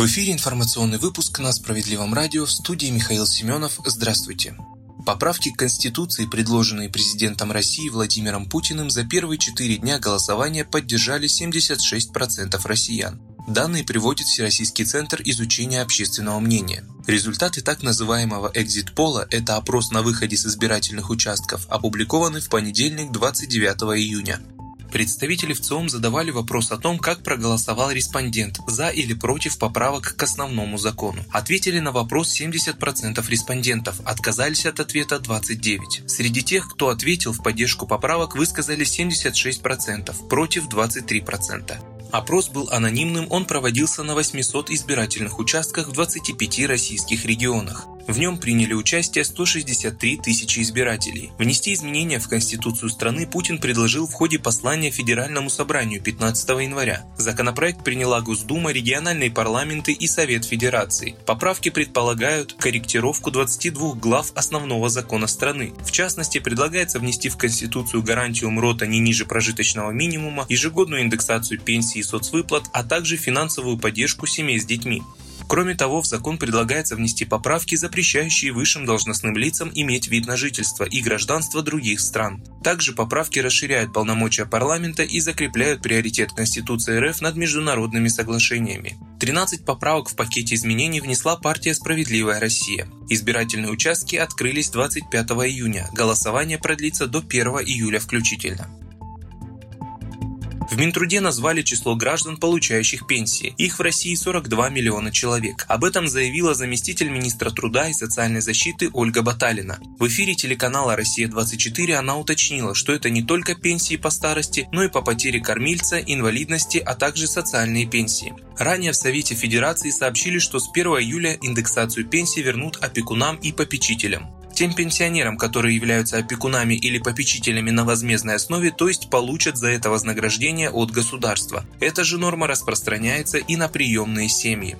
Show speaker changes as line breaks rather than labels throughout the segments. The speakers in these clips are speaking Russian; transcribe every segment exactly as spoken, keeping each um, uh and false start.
В эфире информационный выпуск на Справедливом радио, в студии Михаил Семенов. Здравствуйте. Поправки к Конституции, предложенные президентом России Владимиром Путиным, за первые четыре дня голосования поддержали семьдесят шесть процентов россиян. Данные приводит Всероссийский центр изучения общественного мнения. Результаты так называемого экзит-пола, это опрос на выходе с избирательных участков, опубликованы в понедельник, двадцать девятого июня. Представители ВЦИОМ задавали вопрос о том, как проголосовал респондент за или против поправок к основному закону. Ответили на вопрос семьдесят процентов респондентов, отказались от ответа двадцать девять процентов. Среди тех, кто ответил в поддержку поправок, высказали семьдесят шесть процентов, против двадцать три процента. Опрос был анонимным, он проводился на восьмистах избирательных участках в двадцати пяти российских регионах. В нем приняли участие сто шестьдесят три тысячи избирателей. Внести изменения в Конституцию страны Путин предложил в ходе послания Федеральному собранию пятнадцатого января. Законопроект приняла Госдума, региональные парламенты и Совет Федерации. Поправки предполагают корректировку двадцати двух глав основного закона страны. В частности, предлагается внести в Конституцию гарантию МРОТа не ниже прожиточного минимума, ежегодную индексацию пенсий и соцвыплат, а также финансовую поддержку семей с детьми. Кроме того, в закон предлагается внести поправки, запрещающие высшим должностным лицам иметь вид на жительство и гражданство других стран. Также поправки расширяют полномочия парламента и закрепляют приоритет Конституции РФ над международными соглашениями. тринадцать поправок в пакете изменений внесла партия «Справедливая Россия». Избирательные участки открылись двадцать пятого июня. Голосование продлится до первого июля включительно. В Минтруде назвали число граждан, получающих пенсии. Их в России сорок два миллиона человек. Об этом заявила заместитель министра труда и социальной защиты Ольга Баталина. В эфире телеканала «Россия-двадцать четыре» она уточнила, что это не только пенсии по старости, но и по потере кормильца, инвалидности, а также социальные пенсии. Ранее в Совете Федерации сообщили, что с первого июля индексацию пенсий вернут опекунам и попечителям. Тем пенсионерам, которые являются опекунами или попечителями на возмездной основе, то есть получат за это вознаграждение от государства. Эта же норма распространяется и на приемные семьи.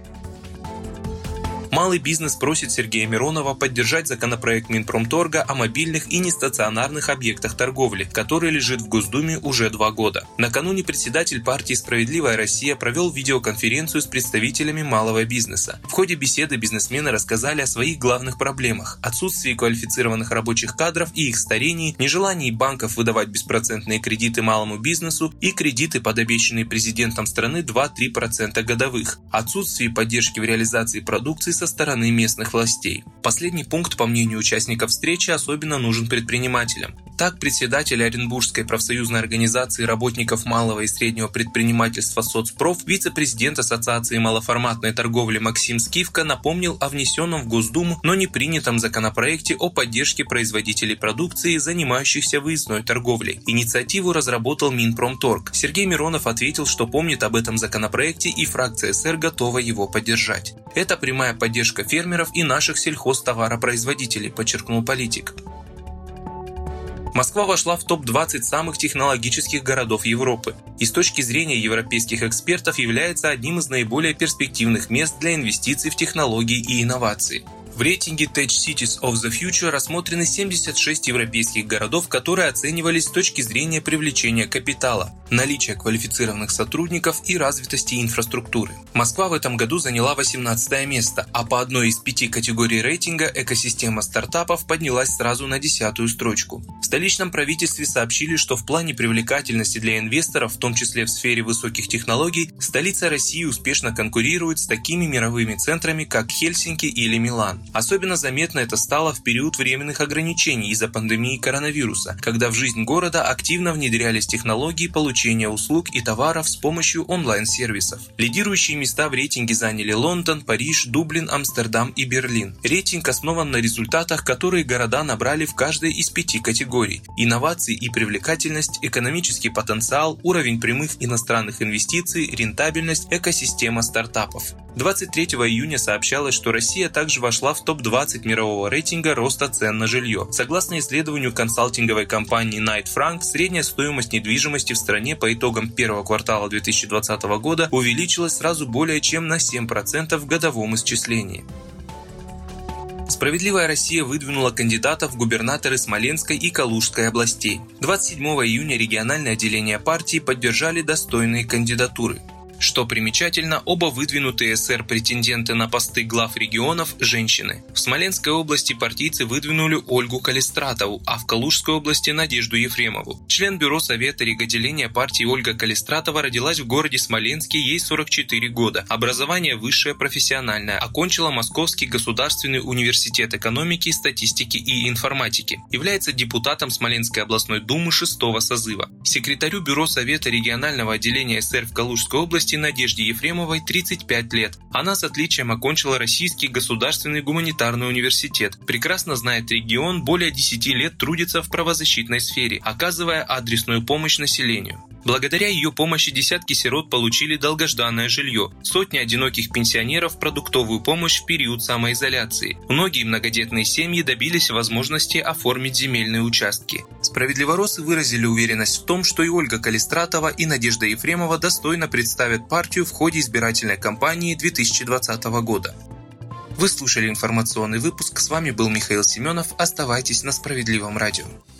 Малый бизнес просит Сергея Миронова поддержать законопроект Минпромторга о мобильных и нестационарных объектах торговли, который лежит в Госдуме уже два года. Накануне председатель партии «Справедливая Россия» провел видеоконференцию с представителями малого бизнеса. В ходе беседы бизнесмены рассказали о своих главных проблемах – отсутствии квалифицированных рабочих кадров и их старении, нежелании банков выдавать беспроцентные кредиты малому бизнесу и кредиты под обещанные президентом страны два-три процента годовых, отсутствии поддержки в реализации продукции со стороны местных властей. Последний пункт, по мнению участников встречи, особенно нужен предпринимателям. Так, председатель Оренбургской профсоюзной организации работников малого и среднего предпринимательства «Соцпроф», вице-президент Ассоциации малоформатной торговли Максим Скифко напомнил о внесенном в Госдуму, но не принятом законопроекте о поддержке производителей продукции, занимающихся выездной торговлей. Инициативу разработал Минпромторг. Сергей Миронов ответил, что помнит об этом законопроекте и фракция СР готова его поддержать. Это прямая поддержка фермеров и наших сельхозтоваропроизводителей, подчеркнул политик. Москва вошла в топ двадцать самых технологических городов Европы и с точки зрения европейских экспертов является одним из наиболее перспективных мест для инвестиций в технологии и инновации. В рейтинге Tech Cities of the Future рассмотрены семьдесят шесть европейских городов, которые оценивались с точки зрения привлечения капитала, наличия квалифицированных сотрудников и развитости инфраструктуры. Москва в этом году заняла восемнадцатое место, а по одной из пяти категорий рейтинга экосистема стартапов поднялась сразу на десятую строчку. В столичном правительстве сообщили, что в плане привлекательности для инвесторов, в том числе в сфере высоких технологий, столица России успешно конкурирует с такими мировыми центрами, как Хельсинки или Милан. Особенно заметно это стало в период временных ограничений из-за пандемии коронавируса, когда в жизнь города активно внедрялись технологии получения услуг и товаров с помощью онлайн-сервисов. Лидирующие места в рейтинге заняли Лондон, Париж, Дублин, Амстердам и Берлин. Рейтинг основан на результатах, которые города набрали в каждой из пяти категорий: инновации и привлекательность, экономический потенциал, уровень прямых иностранных инвестиций, рентабельность, экосистема стартапов. двадцать третьего июня сообщалось, что Россия также вошла в топ двадцать мирового рейтинга роста цен на жилье. Согласно исследованию консалтинговой компании Knight Frank, средняя стоимость недвижимости в стране по итогам первого квартала две тысячи двадцатого года увеличилась сразу более чем на семь процентов в годовом исчислении. «Справедливая Россия» выдвинула кандидатов в губернаторы Смоленской и Калужской областей. двадцать седьмого июня региональные отделения партии поддержали достойные кандидатуры. Что примечательно, оба выдвинутые эсэр претенденты на посты глав регионов – женщины. В Смоленской области партийцы выдвинули Ольгу Калистратову, а в Калужской области – Надежду Ефремову. Член бюро Совета реготделения партии Ольга Калистратова родилась в городе Смоленске, ей сорок четыре года. Образование высшее профессиональное. Окончила Московский государственный университет экономики, статистики и информатики. Является депутатом Смоленской областной думы шестого созыва. Секретарю бюро Совета регионального отделения эсэр в Калужской области Надежде Ефремовой тридцать пять лет. Она с отличием окончила Российский государственный гуманитарный университет. Прекрасно знает регион, более десяти лет трудится в правозащитной сфере, оказывая адресную помощь населению. Благодаря ее помощи десятки сирот получили долгожданное жилье, сотни одиноких пенсионеров – продуктовую помощь в период самоизоляции. Многие многодетные семьи добились возможности оформить земельные участки. Справедливоросы выразили уверенность в том, что и Ольга Калистратова, и Надежда Ефремова достойно представят партию в ходе избирательной кампании две тысячи двадцатого года. Вы слушали информационный выпуск, с вами был Михаил Семенов, оставайтесь на Справедливом радио.